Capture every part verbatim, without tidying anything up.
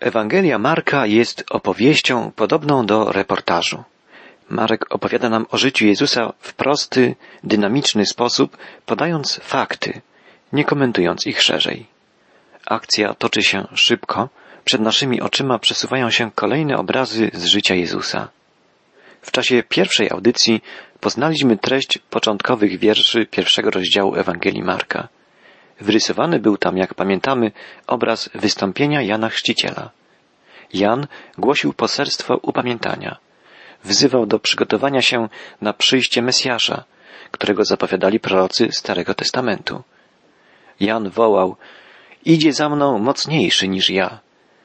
Ewangelia Marka jest opowieścią podobną do reportażu. Marek opowiada nam o życiu Jezusa w prosty, dynamiczny sposób, podając fakty, nie komentując ich szerzej. Akcja toczy się szybko, przed naszymi oczyma przesuwają się kolejne obrazy z życia Jezusa. W czasie pierwszej audycji poznaliśmy treść początkowych wierszy pierwszego rozdziału Ewangelii Marka. Wyrysowany był tam, jak pamiętamy, obraz wystąpienia Jana Chrzciciela. Jan głosił poselstwo upamiętania. Wzywał do przygotowania się na przyjście Mesjasza, którego zapowiadali prorocy Starego Testamentu. Jan wołał: idzie za mną mocniejszy niż ja.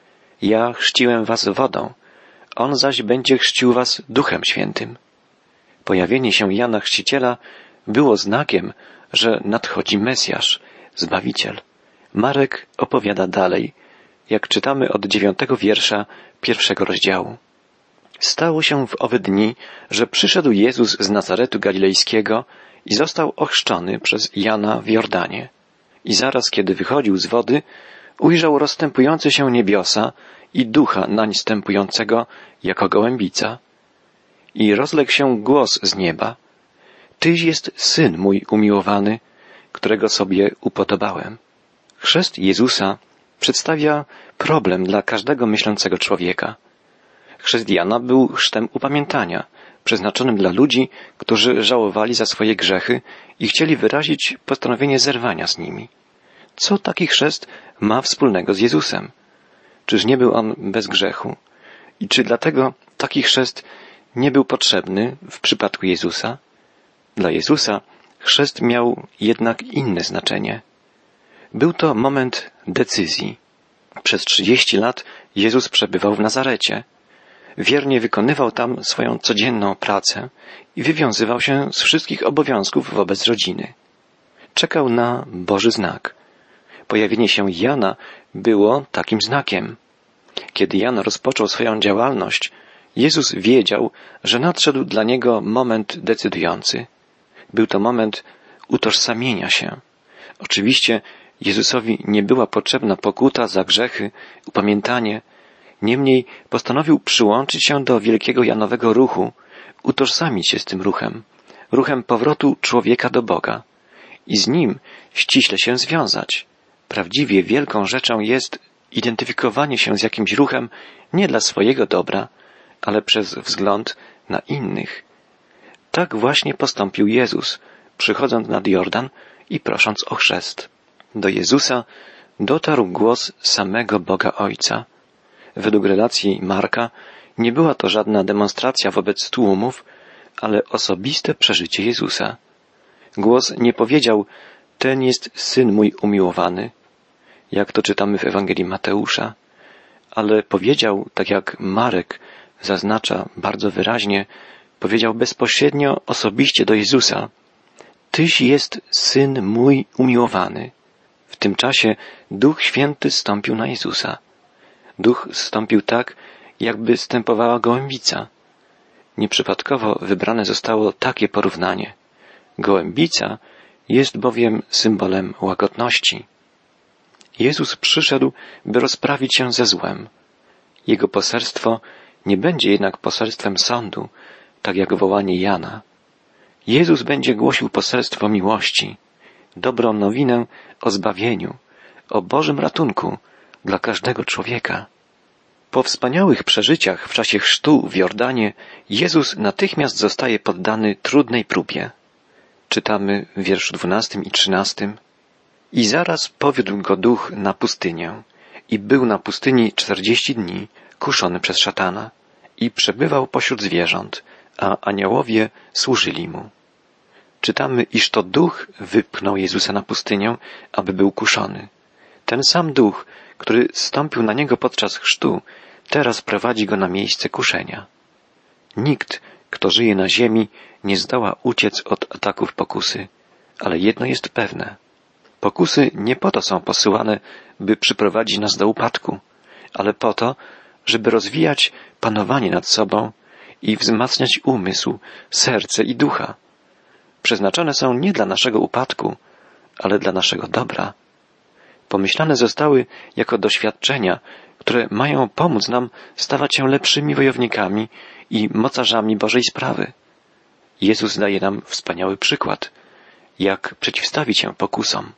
Ja chrzciłem was wodą, on zaś będzie chrzcił was Duchem Świętym. Pojawienie się Jana Chrzciciela było znakiem, że nadchodzi Mesjasz, Zbawiciel. Marek opowiada dalej, jak czytamy od dziewiątego wiersza pierwszego rozdziału. Stało się w owe dni, że przyszedł Jezus z Nazaretu Galilejskiego i został ochrzczony przez Jana w Jordanie. I zaraz, kiedy wychodził z wody, ujrzał rozstępujące się niebiosa i ducha nań stępującego jako gołębica. I rozległ się głos z nieba: Tyś jest Syn mój umiłowany, którego sobie upodobałem. Chrzest Jezusa przedstawia problem dla każdego myślącego człowieka. Chrzest Jana był chrztem upamiętania, przeznaczonym dla ludzi, którzy żałowali za swoje grzechy i chcieli wyrazić postanowienie zerwania z nimi. Co taki chrzest ma wspólnego z Jezusem? Czyż nie był on bez grzechu? I czy dlatego taki chrzest nie był potrzebny w przypadku Jezusa? Dla Jezusa chrzest miał jednak inne znaczenie. Był to moment decyzji. Przez trzydzieści lat Jezus przebywał w Nazarecie. Wiernie wykonywał tam swoją codzienną pracę i wywiązywał się z wszystkich obowiązków wobec rodziny. Czekał na Boży znak. Pojawienie się Jana było takim znakiem. Kiedy Jan rozpoczął swoją działalność, Jezus wiedział, że nadszedł dla niego moment decydujący. Był to moment utożsamienia się. Oczywiście Jezusowi nie była potrzebna pokuta za grzechy, upamiętanie. Niemniej postanowił przyłączyć się do wielkiego Janowego ruchu, utożsamić się z tym ruchem, ruchem powrotu człowieka do Boga i z nim ściśle się związać. Prawdziwie wielką rzeczą jest identyfikowanie się z jakimś ruchem nie dla swojego dobra, ale przez wzgląd na innych. Tak właśnie postąpił Jezus, przychodząc nad Jordan i prosząc o chrzest. Do Jezusa dotarł głos samego Boga Ojca. Według relacji Marka nie była to żadna demonstracja wobec tłumów, ale osobiste przeżycie Jezusa. Głos nie powiedział: ten jest Syn mój umiłowany, jak to czytamy w Ewangelii Mateusza, ale powiedział, tak jak Marek zaznacza bardzo wyraźnie, powiedział bezpośrednio, osobiście do Jezusa: Tyś jest Syn mój umiłowany. W tym czasie Duch Święty zstąpił na Jezusa. Duch zstąpił tak, jakby stępowała gołębica. Nieprzypadkowo wybrane zostało takie porównanie. Gołębica jest bowiem symbolem łagodności. Jezus przyszedł, by rozprawić się ze złem. Jego poselstwo nie będzie jednak poselstwem sądu, tak jak wołanie Jana. Jezus będzie głosił poselstwo miłości, dobrą nowinę o zbawieniu, o Bożym ratunku dla każdego człowieka. Po wspaniałych przeżyciach w czasie chrztu w Jordanie Jezus natychmiast zostaje poddany trudnej próbie. Czytamy w wierszu dwunastym i trzynastym. I zaraz powiódł go duch na pustynię i był na pustyni czterdzieści dni, kuszony przez szatana i przebywał pośród zwierząt, a aniołowie służyli mu. Czytamy, iż to duch wypchnął Jezusa na pustynię, aby był kuszony. Ten sam duch, który zstąpił na niego podczas chrztu, teraz prowadzi go na miejsce kuszenia. Nikt, kto żyje na ziemi, nie zdoła uciec od ataków pokusy, ale jedno jest pewne. Pokusy nie po to są posyłane, by przyprowadzić nas do upadku, ale po to, żeby rozwijać panowanie nad sobą i wzmacniać umysł, serce i ducha. Przeznaczone są nie dla naszego upadku, ale dla naszego dobra. Pomyślane zostały jako doświadczenia, które mają pomóc nam stawać się lepszymi wojownikami i mocarzami Bożej sprawy. Jezus daje nam wspaniały przykład, jak przeciwstawić się pokusom.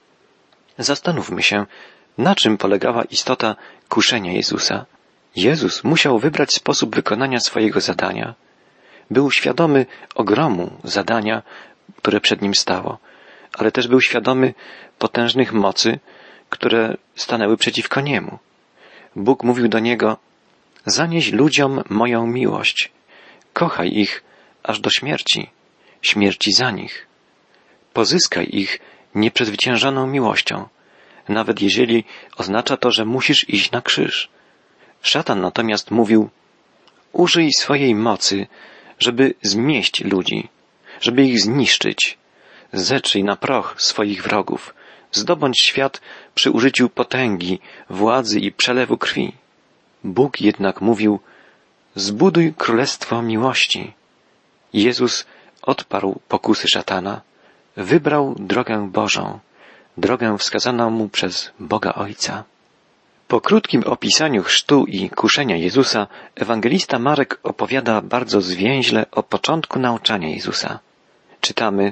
Zastanówmy się, na czym polegała istota kuszenia Jezusa. Jezus musiał wybrać sposób wykonania swojego zadania. Był świadomy ogromu zadania, które przed nim stało, ale też był świadomy potężnych mocy, które stanęły przeciwko niemu. Bóg mówił do niego: zanieś ludziom moją miłość, kochaj ich aż do śmierci, śmierci za nich. Pozyskaj ich nieprzezwyciężoną miłością, nawet jeżeli oznacza to, że musisz iść na krzyż. Szatan natomiast mówił: użyj swojej mocy, żeby zmieść ludzi, żeby ich zniszczyć. Zetrzyj na proch swoich wrogów, zdobądź świat przy użyciu potęgi, władzy i przelewu krwi. Bóg jednak mówił: zbuduj królestwo miłości. Jezus odparł pokusy szatana, wybrał drogę Bożą, drogę wskazaną mu przez Boga Ojca. Po krótkim opisaniu chrztu i kuszenia Jezusa, ewangelista Marek opowiada bardzo zwięźle o początku nauczania Jezusa. Czytamy: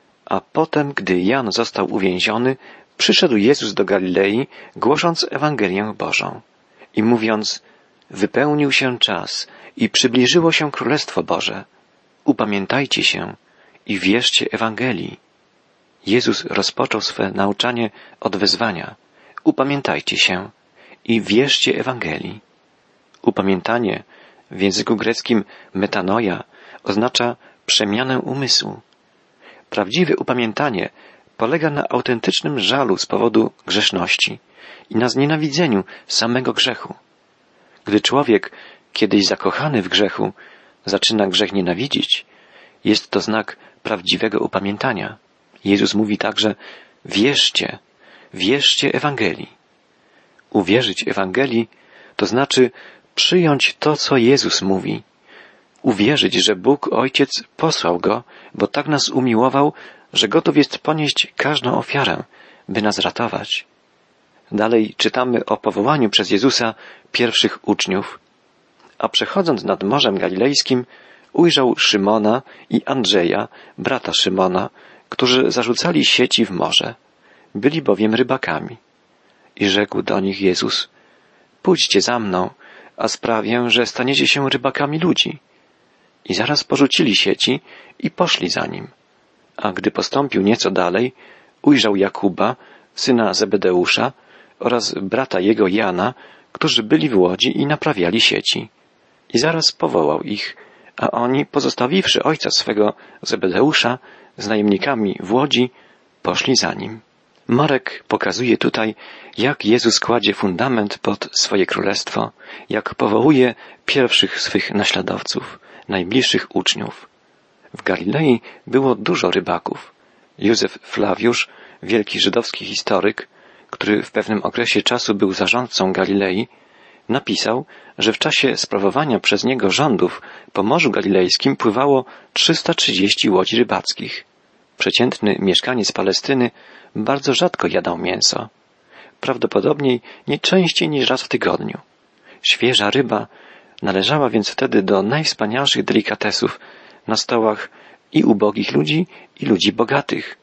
a potem, gdy Jan został uwięziony, przyszedł Jezus do Galilei, głosząc Ewangelię Bożą i mówiąc: wypełnił się czas i przybliżyło się Królestwo Boże. Upamiętajcie się i wierzcie Ewangelii. Jezus rozpoczął swe nauczanie od wezwania: upamiętajcie się i wierzcie Ewangelii. Upamiętanie w języku greckim metanoia oznacza przemianę umysłu. Prawdziwe upamiętanie polega na autentycznym żalu z powodu grzeszności i na znienawidzeniu samego grzechu. Gdy człowiek, kiedyś zakochany w grzechu, zaczyna grzech nienawidzić, jest to znak prawdziwego upamiętania. Jezus mówi także: wierzcie, wierzcie Ewangelii. Uwierzyć Ewangelii to znaczy przyjąć to, co Jezus mówi. Uwierzyć, że Bóg Ojciec posłał Go, bo tak nas umiłował, że gotów jest ponieść każdą ofiarę, by nas ratować. Dalej czytamy o powołaniu przez Jezusa pierwszych uczniów. A przechodząc nad Morzem Galilejskim, ujrzał Szymona i Andrzeja, brata Szymona, którzy zarzucali sieci w morze. Byli bowiem rybakami. I rzekł do nich Jezus: pójdźcie za mną, a sprawię, że staniecie się rybakami ludzi. I zaraz porzucili sieci i poszli za nim. A gdy postąpił nieco dalej, ujrzał Jakuba, syna Zebedeusza, oraz brata jego Jana, którzy byli w łodzi i naprawiali sieci. I zaraz powołał ich, a oni, pozostawiwszy ojca swego Zebedeusza z najemnikami w łodzi, poszli za nim. Marek pokazuje tutaj, jak Jezus kładzie fundament pod swoje królestwo, jak powołuje pierwszych swych naśladowców, najbliższych uczniów. W Galilei było dużo rybaków. Józef Flawiusz, wielki żydowski historyk, który w pewnym okresie czasu był zarządcą Galilei, napisał, że w czasie sprawowania przez niego rządów po Morzu Galilejskim pływało trzysta trzydzieści łodzi rybackich. Przeciętny mieszkaniec Palestyny bardzo rzadko jadał mięso. Prawdopodobnie nie częściej niż raz w tygodniu. Świeża ryba należała więc wtedy do najwspanialszych delikatesów na stołach i ubogich ludzi, i ludzi bogatych.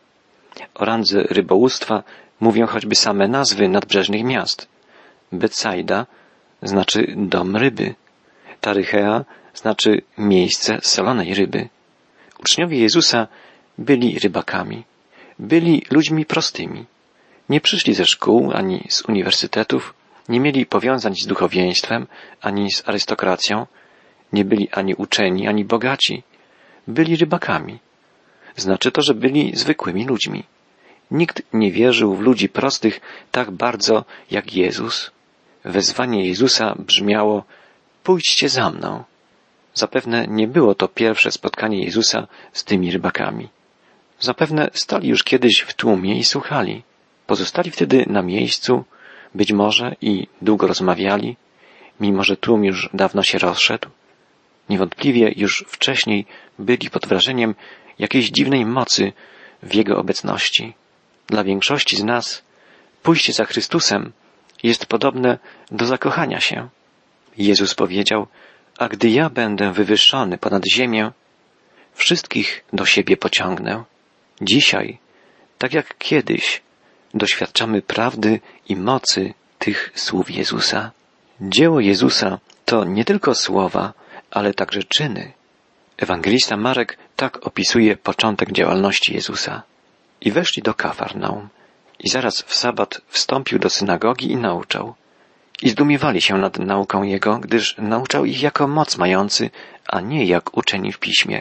O randze rybołówstwa mówią choćby same nazwy nadbrzeżnych miast. Betsaida znaczy dom ryby. Tarychea znaczy miejsce solonej ryby. Uczniowie Jezusa byli rybakami. Byli ludźmi prostymi. Nie przyszli ze szkół ani z uniwersytetów, nie mieli powiązań z duchowieństwem ani z arystokracją, nie byli ani uczeni, ani bogaci. Byli rybakami. Znaczy to, że byli zwykłymi ludźmi. Nikt nie wierzył w ludzi prostych tak bardzo jak Jezus. Wezwanie Jezusa brzmiało: pójdźcie za mną. Zapewne nie było to pierwsze spotkanie Jezusa z tymi rybakami. Zapewne stali już kiedyś w tłumie i słuchali. Pozostali wtedy na miejscu, być może i długo rozmawiali, mimo że tłum już dawno się rozszedł. Niewątpliwie już wcześniej byli pod wrażeniem jakiejś dziwnej mocy w Jego obecności. Dla większości z nas pójście za Chrystusem jest podobne do zakochania się. Jezus powiedział, a gdy ja będę wywyższony ponad ziemię, wszystkich do siebie pociągnę. Dzisiaj, tak jak kiedyś, doświadczamy prawdy i mocy tych słów Jezusa. Dzieło Jezusa to nie tylko słowa, ale także czyny. Ewangelista Marek tak opisuje początek działalności Jezusa. I weszli do Kafarnaum. I zaraz w sabat wstąpił do synagogi i nauczał. I zdumiewali się nad nauką Jego, gdyż nauczał ich jako moc mający, a nie jak uczeni w piśmie.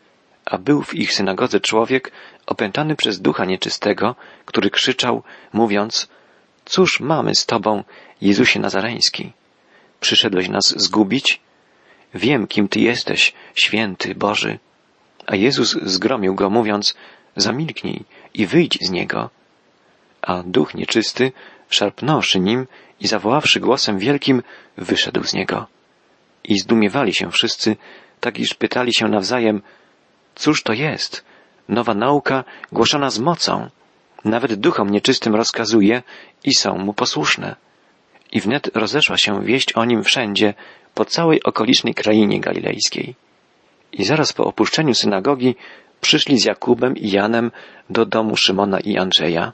A był w ich synagodze człowiek opętany przez ducha nieczystego, który krzyczał, mówiąc, cóż mamy z Tobą, Jezusie Nazareński? Przyszedłeś nas zgubić? Wiem, kim Ty jesteś, święty Boży. A Jezus zgromił go, mówiąc, zamilknij i wyjdź z niego. A duch nieczysty, szarpnąwszy nim i zawoławszy głosem wielkim, wyszedł z niego. I zdumiewali się wszyscy, tak iż pytali się nawzajem, cóż to jest? Nowa nauka głoszona z mocą. Nawet duchom nieczystym rozkazuje i są mu posłuszne. I wnet rozeszła się wieść o nim wszędzie, po całej okolicznej krainie galilejskiej. I zaraz po opuszczeniu synagogi przyszli z Jakubem i Janem do domu Szymona i Andrzeja.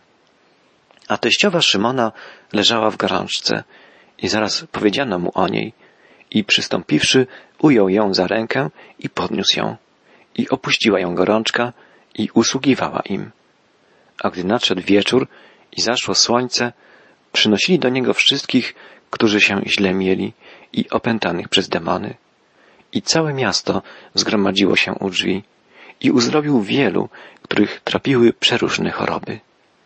A teściowa Szymona leżała w gorączce i zaraz powiedziano mu o niej. I przystąpiwszy, ujął ją za rękę i podniósł ją. I opuściła ją gorączka i usługiwała im. A gdy nadszedł wieczór i zaszło słońce, przynosili do niego wszystkich, którzy się źle mieli i opętanych przez demony. I całe miasto zgromadziło się u drzwi i uzdrowił wielu, których trapiły przeróżne choroby.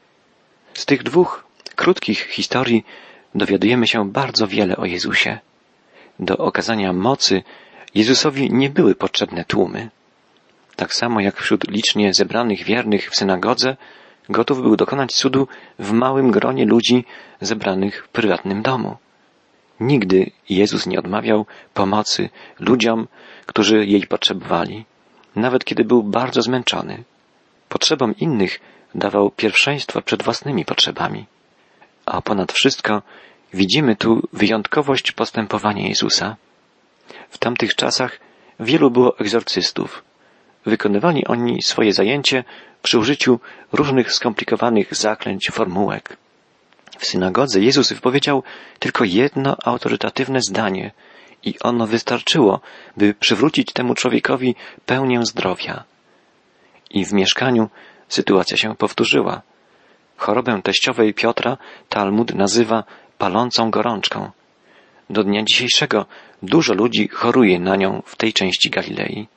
Z tych dwóch krótkich historii dowiadujemy się bardzo wiele o Jezusie. Do okazania mocy Jezusowi nie były potrzebne tłumy. Tak samo jak wśród licznie zebranych wiernych w synagodze, gotów był dokonać cudu w małym gronie ludzi zebranych w prywatnym domu. Nigdy Jezus nie odmawiał pomocy ludziom, którzy jej potrzebowali, nawet kiedy był bardzo zmęczony. Potrzebom innych dawał pierwszeństwo przed własnymi potrzebami. A ponad wszystko widzimy tu wyjątkowość postępowania Jezusa. W tamtych czasach wielu było egzorcystów. Wykonywali oni swoje zajęcie przy użyciu różnych skomplikowanych zaklęć, formułek. W synagodze Jezus wypowiedział tylko jedno autorytatywne zdanie i ono wystarczyło, by przywrócić temu człowiekowi pełnię zdrowia. I w mieszkaniu sytuacja się powtórzyła. Chorobę teściowej Piotra Talmud nazywa palącą gorączką. Do dnia dzisiejszego dużo ludzi choruje na nią w tej części Galilei.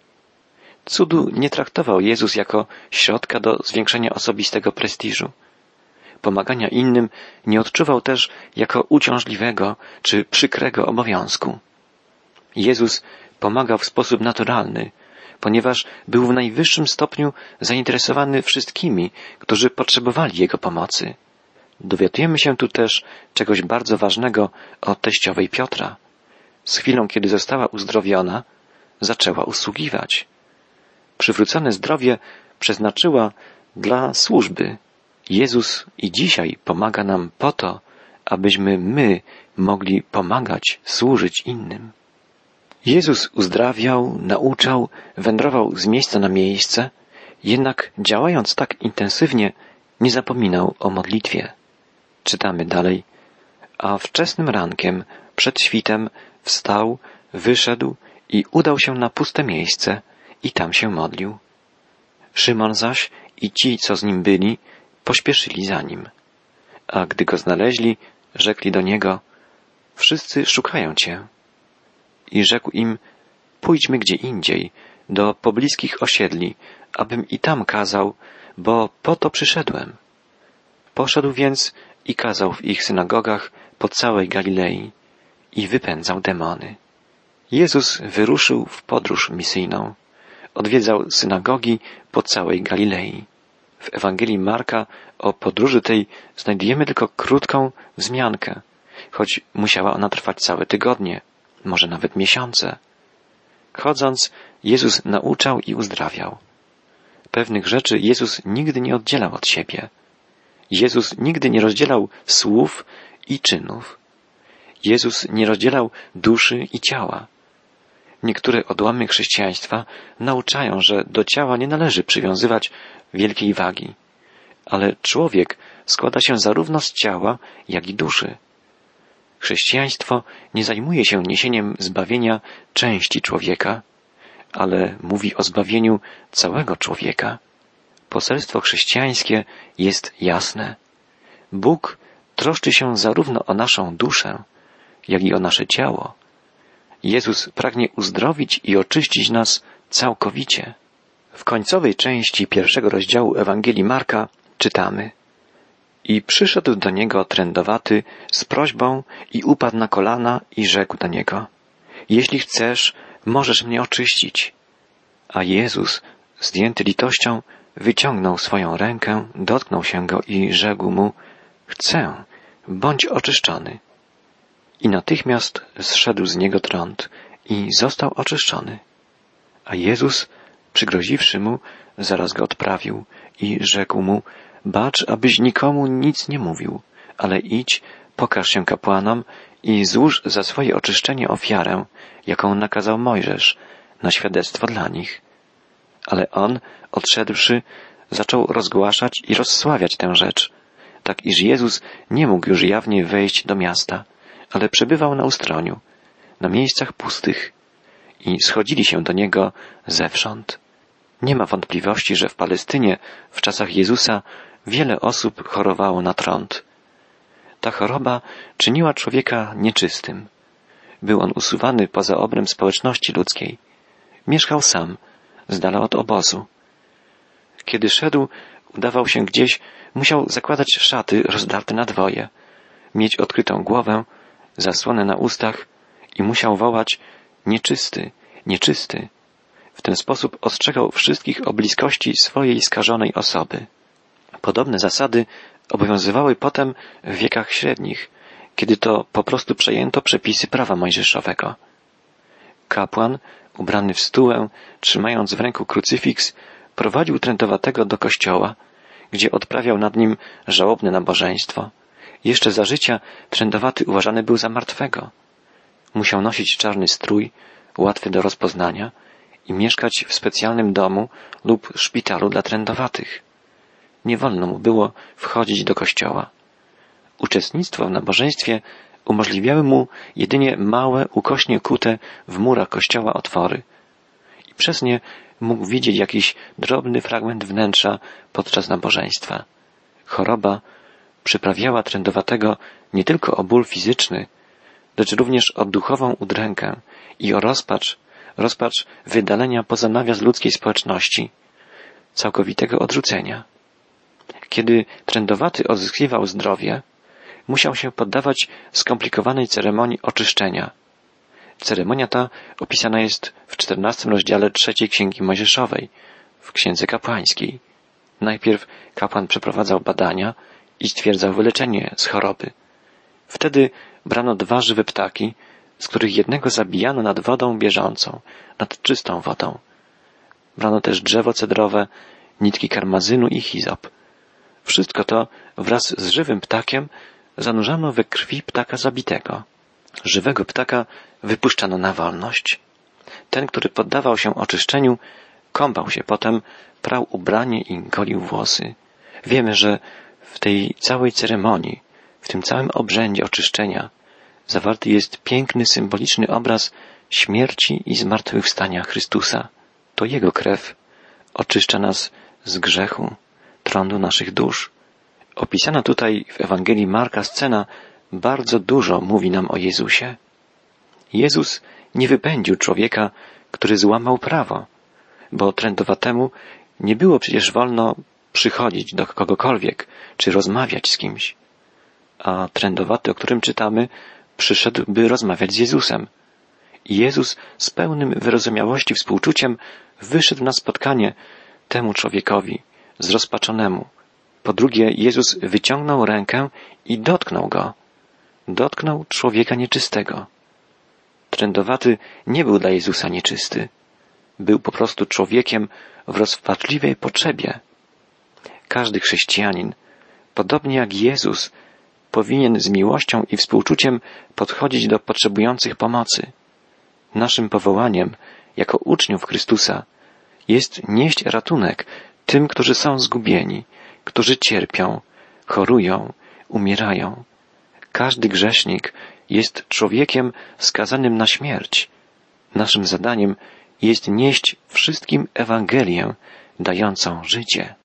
Cudu nie traktował Jezus jako środka do zwiększenia osobistego prestiżu. Pomagania innym nie odczuwał też jako uciążliwego czy przykrego obowiązku. Jezus pomagał w sposób naturalny, ponieważ był w najwyższym stopniu zainteresowany wszystkimi, którzy potrzebowali Jego pomocy. Dowiadujemy się tu też czegoś bardzo ważnego o teściowej Piotra. Z chwilą, kiedy została uzdrowiona, zaczęła usługiwać. Przywrócone zdrowie przeznaczyła dla służby. Jezus i dzisiaj pomaga nam po to, abyśmy my mogli pomagać, służyć innym. Jezus uzdrawiał, nauczał, wędrował z miejsca na miejsce, jednak działając tak intensywnie, nie zapominał o modlitwie. Czytamy dalej. A wczesnym rankiem, przed świtem, wstał, wyszedł i udał się na puste miejsce i tam się modlił. Szymon zaś i ci, co z nim byli, pośpieszyli za nim. A gdy go znaleźli, rzekli do niego, wszyscy szukają cię. I rzekł im, pójdźmy gdzie indziej, do pobliskich osiedli, abym i tam kazał, bo po to przyszedłem. Poszedł więc i kazał w ich synagogach po całej Galilei i wypędzał demony. Jezus wyruszył w podróż misyjną. Odwiedzał synagogi po całej Galilei. W Ewangelii Marka o podróży tej znajdujemy tylko krótką wzmiankę, choć musiała ona trwać całe tygodnie, może nawet miesiące. Chodząc, Jezus nauczał i uzdrawiał. Pewnych rzeczy Jezus nigdy nie oddzielał od siebie. Jezus nigdy nie rozdzielał słów i czynów. Jezus nie rozdzielał duszy i ciała. Niektóre odłamy chrześcijaństwa nauczają, że do ciała nie należy przywiązywać wielkiej wagi, ale człowiek składa się zarówno z ciała, jak i duszy. Chrześcijaństwo nie zajmuje się niesieniem zbawienia części człowieka, ale mówi o zbawieniu całego człowieka. Poselstwo chrześcijańskie jest jasne. Bóg troszczy się zarówno o naszą duszę, jak i o nasze ciało. Jezus pragnie uzdrowić i oczyścić nas całkowicie. W końcowej części pierwszego rozdziału Ewangelii Marka czytamy: I przyszedł do niego trędowaty z prośbą i upadł na kolana i rzekł do niego: Jeśli chcesz, możesz mnie oczyścić. A Jezus, zdjęty litością, wyciągnął swoją rękę, dotknął się go i rzekł mu: Chcę, bądź oczyszczony. I natychmiast zszedł z niego trąd i został oczyszczony. A Jezus, przygroziwszy mu, zaraz go odprawił i rzekł mu: Bacz, abyś nikomu nic nie mówił, ale idź, pokaż się kapłanom i złóż za swoje oczyszczenie ofiarę, jaką nakazał Mojżesz, na świadectwo dla nich. Ale on, odszedłszy, zaczął rozgłaszać i rozsławiać tę rzecz, tak iż Jezus nie mógł już jawnie wejść do miasta, ale przebywał na ustroniu, na miejscach pustych, i schodzili się do niego zewsząd. Nie ma wątpliwości, że w Palestynie w czasach Jezusa wiele osób chorowało na trąd. Ta choroba czyniła człowieka nieczystym. Był on usuwany poza obręb społeczności ludzkiej. Mieszkał sam, z dala od obozu. Kiedy szedł, udawał się gdzieś, musiał zakładać szaty rozdarte na dwoje, mieć odkrytą głowę, zasłonę na ustach i musiał wołać: nieczysty, nieczysty. W ten sposób ostrzegał wszystkich o bliskości swojej skażonej osoby. Podobne zasady obowiązywały potem w wiekach średnich, kiedy to po prostu przejęto przepisy prawa mojżeszowego. Kapłan, ubrany w stułę, trzymając w ręku krucyfiks, prowadził trędowatego do kościoła, gdzie odprawiał nad nim żałobne nabożeństwo. Jeszcze za życia trędowaty uważany był za martwego. Musiał nosić czarny strój, łatwy do rozpoznania, i mieszkać w specjalnym domu lub szpitalu dla trędowatych. Nie wolno mu było wchodzić do kościoła. Uczestnictwo w nabożeństwie umożliwiały mu jedynie małe, ukośnie kute w murach kościoła otwory i przez nie mógł widzieć jakiś drobny fragment wnętrza podczas nabożeństwa. Choroba przyprawiała trędowatego nie tylko o ból fizyczny, lecz również o duchową udrękę i o rozpacz, rozpacz wydalenia poza nawias ludzkiej społeczności, całkowitego odrzucenia. Kiedy trędowaty odzyskiwał zdrowie, musiał się poddawać skomplikowanej ceremonii oczyszczenia. Ceremonia ta opisana jest w czternastym rozdziale trzeciej Księgi Mojżeszowej, w Księdze Kapłańskiej. Najpierw kapłan przeprowadzał badania i stwierdzał wyleczenie z choroby. Wtedy brano dwa żywe ptaki, z których jednego zabijano nad wodą bieżącą, nad czystą wodą. Brano też drzewo cedrowe, nitki karmazynu i hizop. Wszystko to wraz z żywym ptakiem zanurzano we krwi ptaka zabitego. Żywego ptaka wypuszczano na wolność. Ten, który poddawał się oczyszczeniu, kąpał się potem, prał ubranie i golił włosy. Wiemy, że w tej całej ceremonii, w tym całym obrzędzie oczyszczenia zawarty jest piękny, symboliczny obraz śmierci i zmartwychwstania Chrystusa. To Jego krew oczyszcza nas z grzechu, trądu naszych dusz. Opisana tutaj w Ewangelii Marka scena bardzo dużo mówi nam o Jezusie. Jezus nie wypędził człowieka, który złamał prawo, bo trędowatemu nie było przecież wolno przychodzić do kogokolwiek, czy rozmawiać z kimś. A trędowaty, o którym czytamy, przyszedł, by rozmawiać z Jezusem. I Jezus z pełnym wyrozumiałości, współczuciem wyszedł na spotkanie temu człowiekowi, zrozpaczonemu. Po drugie, Jezus wyciągnął rękę i dotknął go. Dotknął człowieka nieczystego. Trędowaty nie był dla Jezusa nieczysty. Był po prostu człowiekiem w rozpaczliwej potrzebie. Każdy chrześcijanin, podobnie jak Jezus, powinien z miłością i współczuciem podchodzić do potrzebujących pomocy. Naszym powołaniem, jako uczniów Chrystusa, jest nieść ratunek tym, którzy są zgubieni, którzy cierpią, chorują, umierają. Każdy grzesznik jest człowiekiem skazanym na śmierć. Naszym zadaniem jest nieść wszystkim Ewangelię dającą życie.